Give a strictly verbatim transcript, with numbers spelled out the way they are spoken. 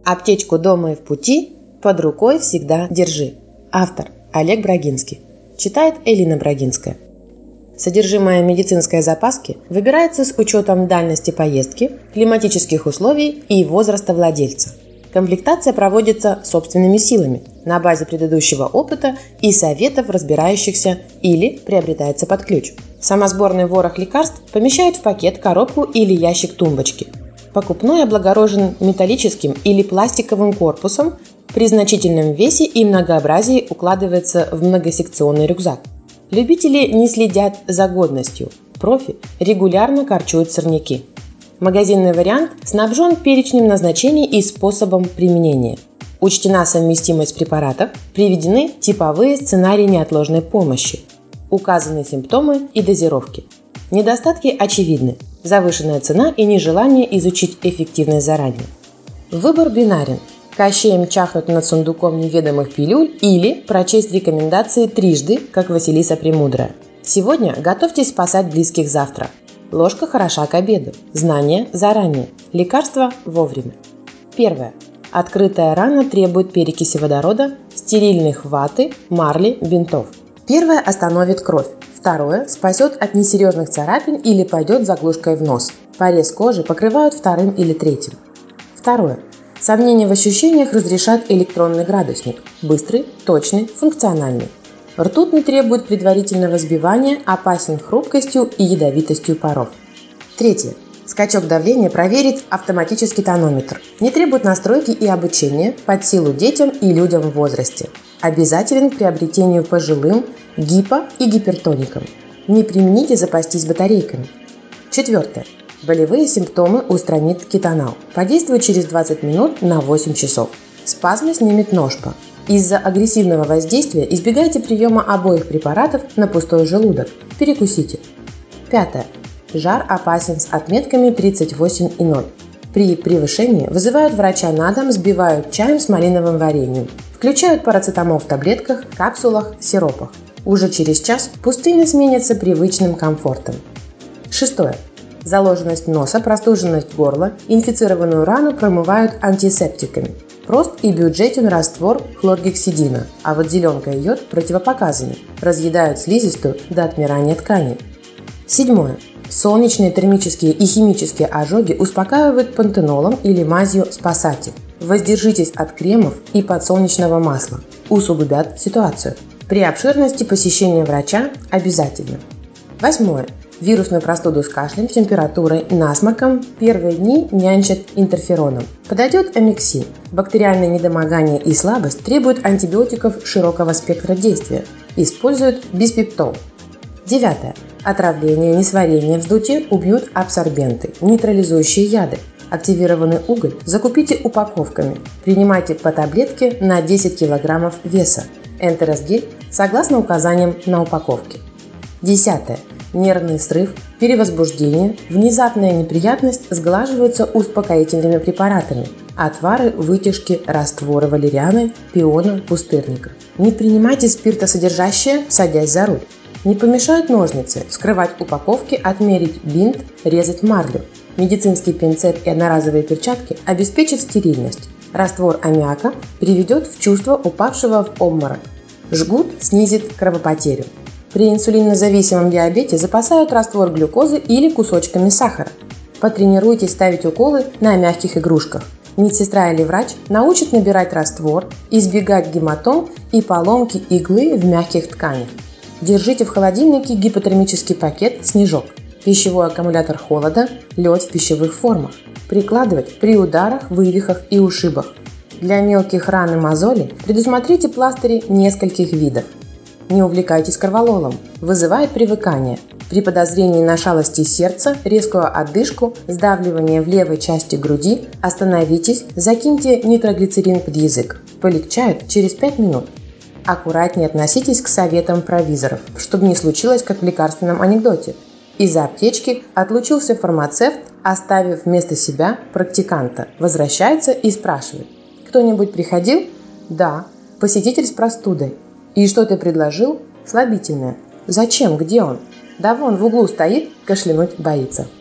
Аптечку дома и в пути, под рукой всегда держи. Автор Олег Брагинский. Читает Элина Брагинская. Содержимое медицинской запаски выбирается с учетом дальности поездки, климатических условий и возраста владельца. Комплектация проводится собственными силами на базе предыдущего опыта и советов разбирающихся или приобретается под ключ. Самосборный ворох лекарств помещают в пакет, коробку или ящик тумбочки. Покупной облагорожен металлическим или пластиковым корпусом, при значительном весе и многообразии укладывается в многосекционный рюкзак. Любители не следят за годностью, профи регулярно корчуют сорняки. Магазинный вариант снабжен перечнем назначений и способом применения. Учтена совместимость препаратов, приведены типовые сценарии неотложной помощи, указаны симптомы и дозировки. Недостатки очевидны: завышенная цена и нежелание изучить эффективность заранее. Выбор бинарен: кощеем чахнуть над сундуком неведомых пилюль или прочесть рекомендации трижды, как Василиса Премудрая. Сегодня готовьтесь спасать близких завтра. Ложка хороша к обеду. Знания заранее. Лекарства вовремя. Первое. Открытая рана требует перекиси водорода, стерильных ваты, марли, бинтов. Первое остановит кровь. Второе спасет от несерьезных царапин или пойдет заглушкой в нос. Порез кожи покрывают вторым или третьим. Второе. Сомнения в ощущениях разрешат электронный градусник. Быстрый, точный, функциональный. Ртуть не требует предварительного сбивания, опасен хрупкостью и ядовитостью паров. Третье. Скачок давления проверит автоматический тонометр. Не требует настройки и обучения, под силу детям и людям в возрасте. Обязателен к приобретению пожилым, гипо- и гипертоникам. Не примените запастись батарейками. Четвертое. Болевые симптомы устранит кетонал. Подействует через двадцать минут на восемь часов. Спазмы снимет ножпа. Из-за агрессивного воздействия избегайте приема обоих препаратов на пустой желудок. Перекусите. Пятое. Жар опасен с отметками тридцать восемь и ноль. При превышении вызывают врача на дом, сбивают чаем с малиновым вареньем. Включают парацетамол в таблетках, капсулах, сиропах. Уже через час пустыня сменится привычным комфортом. Шестое. Заложенность носа, простуженность горла, инфицированную рану промывают антисептиками. Прост и бюджетен раствор хлоргексидина, а вот зеленка и йод противопоказаны, разъедают слизистую до отмирания тканей. Седьмое. Солнечные, термические и химические ожоги успокаивают пантенолом или мазью спасатель. Воздержитесь от кремов и подсолнечного масла. Усугубят ситуацию. При обширности посещения врача обязательно. Восьмое. Вирусную простуду с кашлем, температурой, насморком первые дни нянчат интерфероном. Подойдет амиксин. Бактериальное недомогание и слабость требуют антибиотиков широкого спектра действия. Используют биспептол. Девятое. Отравление, несварение, вздутие убьют абсорбенты, нейтрализующие яды. Активированный уголь закупите упаковками. Принимайте по таблетке на десять килограммов веса. Энтеросгель согласно указаниям на упаковке. Десятое. Нервный срыв, перевозбуждение, внезапная неприятность сглаживаются успокоительными препаратами. Отвары, вытяжки, растворы валерианы, пиона, пустырника. Не принимайте спиртосодержащее, садясь за руль. Не помешают ножницы, вскрывать упаковки, отмерить бинт, резать марлю. Медицинский пинцет и одноразовые перчатки обеспечат стерильность. Раствор аммиака приведет в чувство упавшего в обморок. Жгут снизит кровопотерю. При инсулинозависимом диабете запасают раствор глюкозы или кусочками сахара. Потренируйтесь ставить уколы на мягких игрушках. Медсестра или врач научат набирать раствор, избегать гематом и поломки иглы в мягких тканях. Держите в холодильнике гипотермический пакет «Снежок». Пищевой аккумулятор холода, лед в пищевых формах. Прикладывать при ударах, вывихах и ушибах. Для мелких ран и мозолей предусмотрите пластыри нескольких видов. Не увлекайтесь корвалолом, вызывает привыкание. При подозрении на шалости сердца, резкую одышку, сдавливание в левой части груди остановитесь, закиньте нитроглицерин под язык. Полегчает через пять минут. Аккуратнее относитесь к советам провизоров, чтобы не случилось, как в лекарственном анекдоте. Из аптечки отлучился фармацевт, оставив вместо себя практиканта. Возвращается и спрашивает: «Кто-нибудь приходил?» «Да». «Посетитель с простудой». «И что ты предложил?» «Слабительное». «Зачем? Где он?» «Да вон в углу стоит, кашлянуть боится».